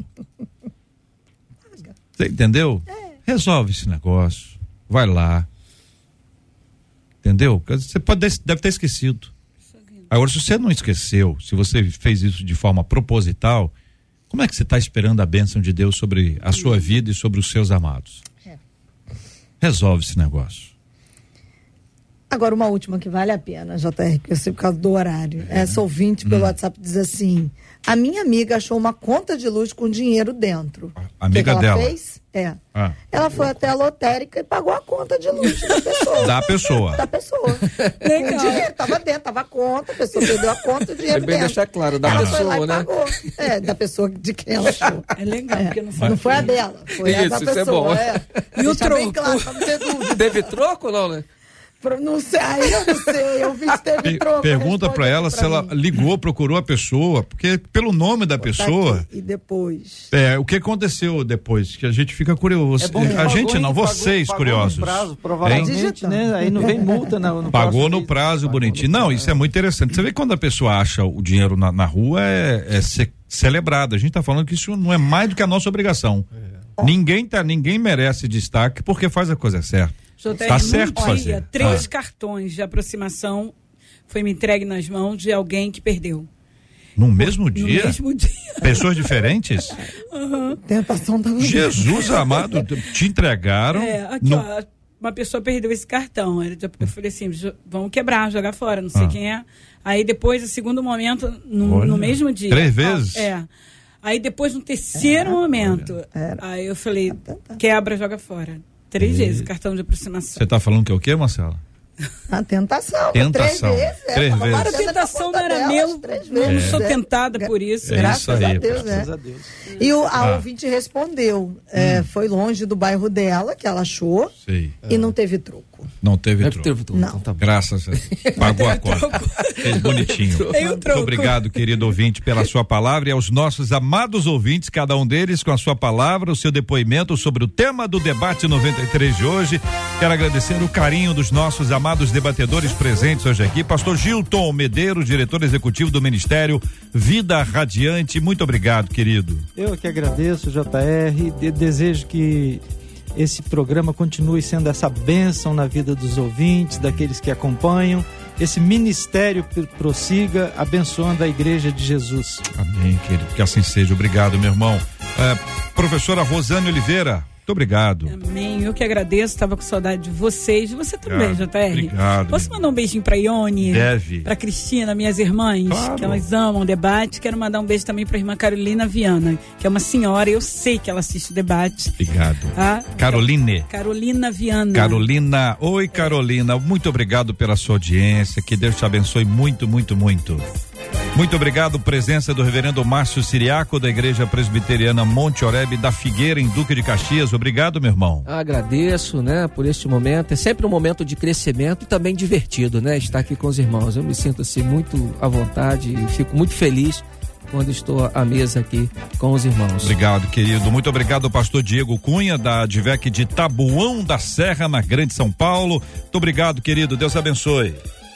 você entendeu? Resolve esse negócio, vai lá. Entendeu? Você pode, deve ter esquecido. Agora, se você não esqueceu, se você fez isso de forma proposital, como é que você está esperando a bênção de Deus sobre a sua vida e sobre os seus amados? É. Resolve esse negócio. Agora, uma última que vale a pena, J R, que eu sei por causa do horário. É. Essa ouvinte pelo hum. WhatsApp diz assim: a minha amiga achou uma conta de luz com dinheiro dentro. A amiga que que dela? Ela fez? É. Ah. Ela foi até a lotérica e pagou a conta de luz da pessoa. Da pessoa. Da pessoa. O dinheiro estava dentro, estava a conta, a pessoa perdeu a conta, o dinheiro é bem dentro. deixar claro, da ela pessoa, foi lá e né? pagou. É, da pessoa de quem ela achou. É legal, é. porque não foi. Não foi a dela, foi isso, a da isso pessoa. É bom. É. E o troco? Bem claro, pra não ter dúvida. Teve troco ou não, né? Não sei, aí eu não sei, eu vi que teve troco. Pergunta para ela se ela ligou, procurou a pessoa, porque pelo nome da pessoa. Tá e depois? É, o que aconteceu depois? Que a gente fica curioso. É bom, a pagou, gente não, vocês pagou, curiosos. Pagou no prazo, provavelmente, né? Aí não vem multa no, no Pagou no prazo, bonitinho. Não, isso é muito interessante. Você vê quando a pessoa acha o dinheiro na, na rua, é, é ser celebrado. A gente tá falando que isso não é mais do que a nossa obrigação. É. Ninguém, tá, ninguém merece destaque porque faz a coisa certa. Está certo fazer. Três ah. cartões de aproximação foi me entregue nas mãos de alguém que perdeu. No mesmo dia? No mesmo dia. Pessoas diferentes? Uhum. Tentação da Jesus amado, te entregaram. É, aqui no... ó, uma pessoa perdeu esse cartão. Eu falei assim, vamos quebrar, jogar fora, não sei ah. quem é. Aí depois, no segundo momento, no, olha, no mesmo dia. Três vezes? É. Aí depois, no terceiro é, momento, olha, aí eu falei, quebra, joga fora. Três e... vezes o cartão de aproximação. Você está falando que é o quê, Marcela? A tentação. Tentação. Três vezes. Três é, vezes. A tentação não era meu. Eu não sou tentada por isso. É graças isso aí, a Deus, graças é. a Deus. E o, a ah. ouvinte respondeu. É, hum. Foi longe do bairro dela, que ela achou. Sei. E é. não teve troco. Não teve troco. Teve troco. Não. Então tá bom. Graças a Deus. Pagou a conta. Fez bonitinho. Muito obrigado, querido ouvinte, pela sua palavra e aos nossos amados ouvintes, cada um deles com a sua palavra, o seu depoimento sobre o tema do debate noventa e três de hoje. Quero agradecer o carinho dos nossos amados debatedores presentes hoje aqui. Pastor Gilton Medeiros, diretor executivo do Ministério Vida Radiante. Muito obrigado, querido. Eu que agradeço, J R. De- desejo que esse programa continue sendo essa bênção na vida dos ouvintes, daqueles que acompanham. Esse ministério prossiga abençoando a Igreja de Jesus. Amém, querido. Que assim seja. Obrigado, meu irmão. É, professora Rosane Oliveira. Muito obrigado. Amém. Eu que agradeço, estava com saudade de vocês, de você também, Ah, J R. obrigado. Posso mandar um beijinho pra Ione? Deve. Pra Cristina, minhas irmãs, Claro. que elas amam o debate. Quero mandar um beijo também pra irmã Carolina Viana, que é uma senhora, eu sei que ela assiste o debate. Obrigado. Tá? Caroline. Carolina Viana. Carolina, oi Carolina, muito obrigado pela sua audiência, que Deus te abençoe muito, muito, muito. Muito obrigado, presença do reverendo Márcio Siriaco, da Igreja Presbiteriana Monte Oreb da Figueira, em Duque de Caxias. Obrigado, meu irmão. Agradeço, né, por este momento. É sempre um momento de crescimento e também divertido, né, estar aqui com os irmãos. Eu me sinto assim muito à vontade e fico muito feliz quando estou à mesa aqui com os irmãos. Obrigado, querido. Muito obrigado, pastor Diego Cunha, da Advec de Tabuão da Serra, na Grande São Paulo. Muito obrigado, querido. Deus abençoe.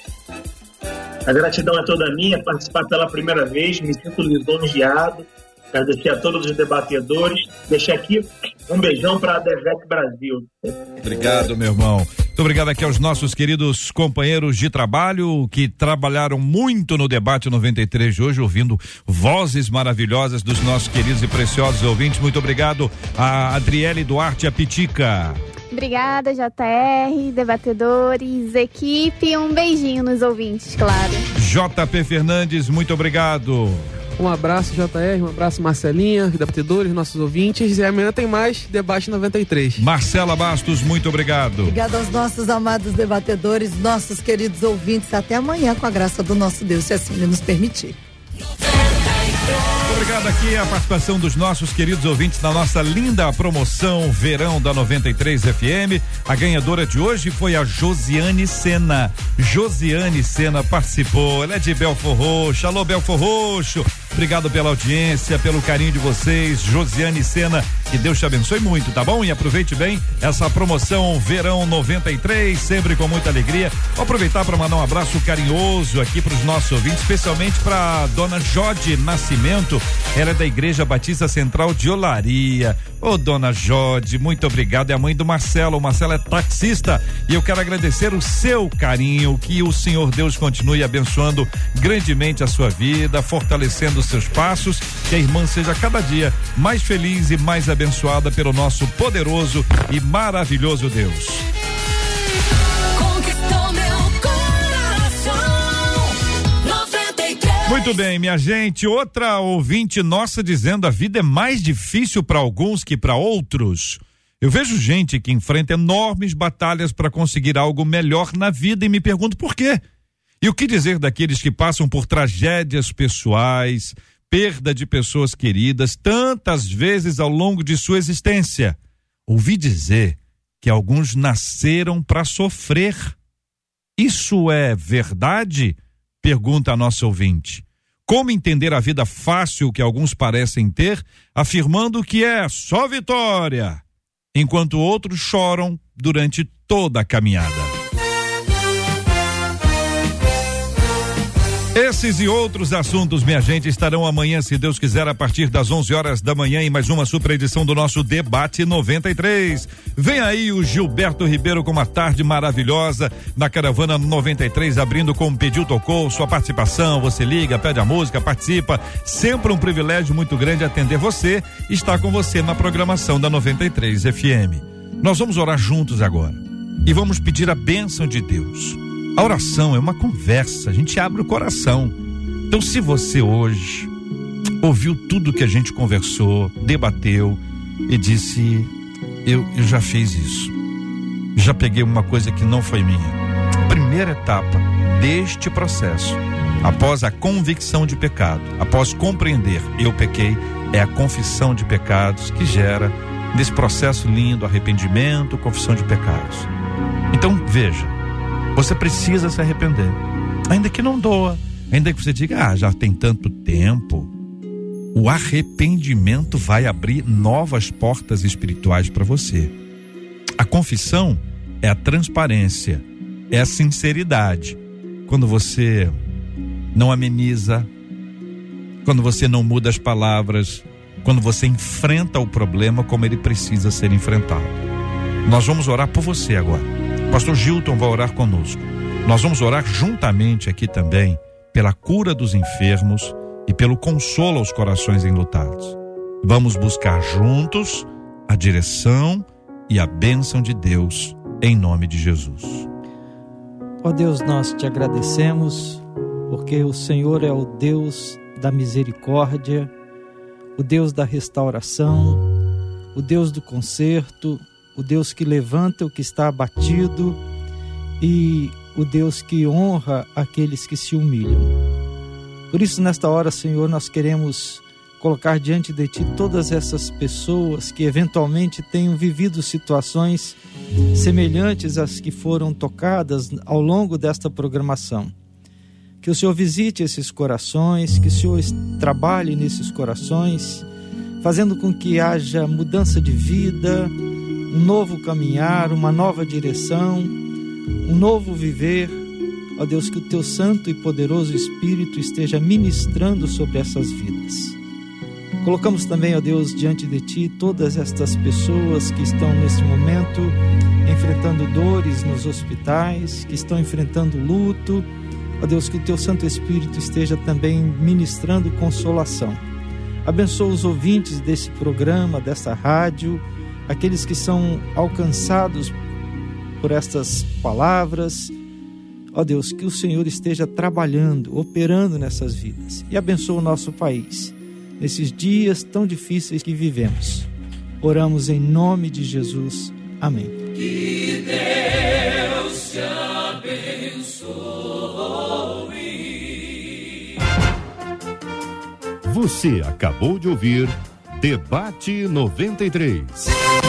A gratidão é toda minha, participar pela primeira vez, me sinto lisonjeado. Agradecer a todos os debatedores. Deixar aqui um beijão para a Advec Brasil. Obrigado, meu irmão. Muito obrigado aqui aos nossos queridos companheiros de trabalho que trabalharam muito no debate noventa e três de hoje, ouvindo vozes maravilhosas dos nossos queridos e preciosos ouvintes. Muito obrigado a Adriele Duarte Apitica. Obrigada, J R, debatedores, equipe. Um beijinho nos ouvintes, claro. J P Fernandes, muito obrigado. Um abraço, J R, um abraço, Marcelinha, debatedores, nossos ouvintes. E amanhã tem mais Debate noventa e três. Marcela Bastos, muito obrigado. Obrigado aos nossos amados debatedores, nossos queridos ouvintes. Até amanhã, com a graça do nosso Deus, se assim Ele nos permitir. Obrigado aqui a participação dos nossos queridos ouvintes na nossa linda promoção Verão da noventa e três F M. A ganhadora de hoje foi a Josiane Sena. Josiane Sena participou, ela é de Belfor Roxo. Alô, Belfor Roxo. Obrigado pela audiência, pelo carinho de vocês. Josiane Sena, que Deus te abençoe muito, tá bom? E aproveite bem essa promoção Verão noventa e três, sempre com muita alegria. Vou aproveitar para mandar um abraço carinhoso aqui para os nossos ouvintes, especialmente para dona Jode Nascimento. Ela é da Igreja Batista Central de Olaria. Ô, dona Jode, muito obrigado. É a mãe do Marcelo. O Marcelo é taxista e eu quero agradecer o seu carinho, que o Senhor Deus continue abençoando grandemente a sua vida, fortalecendo os seus passos, que a irmã seja cada dia mais feliz e mais abençoada pelo nosso poderoso e maravilhoso Deus. Muito bem, minha gente, outra ouvinte nossa dizendo: a vida é mais difícil para alguns que para outros. Eu vejo gente que enfrenta enormes batalhas para conseguir algo melhor na vida e me pergunto por quê. E o que dizer daqueles que passam por tragédias pessoais, perda de pessoas queridas, tantas vezes ao longo de sua existência? Ouvi dizer que alguns nasceram para sofrer. Isso é verdade? Pergunta a nossa ouvinte. Como entender a vida fácil que alguns parecem ter, afirmando que é só vitória, enquanto outros choram durante toda a caminhada? Esses e outros assuntos, minha gente, estarão amanhã, se Deus quiser, a partir das onze horas da manhã, em mais uma super edição do nosso Debate noventa e três. Vem aí o Gilberto Ribeiro com uma tarde maravilhosa na Caravana noventa e três, abrindo com Pediu Tocou, sua participação, você liga, pede a música, participa. Sempre um privilégio muito grande atender você e estar com você na programação da noventa e três F M. Nós vamos orar juntos agora e vamos pedir a bênção de Deus. A oração é uma conversa, a gente abre o coração. Então, se você hoje ouviu tudo que a gente conversou, debateu e disse: eu, eu já fiz isso, já peguei uma coisa que não foi minha. A primeira etapa deste processo, após a convicção de pecado, após compreender eu pequei, é a confissão de pecados, que gera nesse processo lindo arrependimento, confissão de pecados. Então, veja, você precisa se arrepender, ainda que não doa, ainda que você diga: ah, já tem tanto tempo. O arrependimento vai abrir novas portas espirituais para você. A confissão é a transparência, é a sinceridade. Quando você não ameniza, quando você não muda as palavras, quando você enfrenta o problema como ele precisa ser enfrentado. Nós vamos orar por você agora. Pastor Gilton vai orar conosco. Nós vamos orar juntamente aqui também pela cura dos enfermos e pelo consolo aos corações enlutados. Vamos buscar juntos a direção e a bênção de Deus, em nome de Jesus. Ó Deus, nós te agradecemos, porque o Senhor é o Deus da misericórdia, o Deus da restauração, o Deus do conserto, o Deus que levanta o que está abatido e o Deus que honra aqueles que se humilham. Por isso, nesta hora, Senhor, nós queremos colocar diante de Ti todas essas pessoas que eventualmente tenham vivido situações semelhantes às que foram tocadas ao longo desta programação. Que o Senhor visite esses corações, que o Senhor trabalhe nesses corações, fazendo com que haja mudança de vida, um novo caminhar, uma nova direção, um novo viver. Ó Deus, que o Teu santo e poderoso Espírito esteja ministrando sobre essas vidas. Colocamos também, ó Deus, diante de Ti todas estas pessoas que estão nesse momento enfrentando dores nos hospitais, que estão enfrentando luto. Ó Deus, que o Teu Santo Espírito esteja também ministrando consolação. Abençoa os ouvintes desse programa, dessa rádio, aqueles que são alcançados por estas palavras. Ó Deus, que o Senhor esteja trabalhando, operando nessas vidas. E abençoa o nosso país, nesses dias tão difíceis que vivemos. Oramos em nome de Jesus. Amém. Que Deus te abençoe. Você acabou de ouvir Debate noventa e três.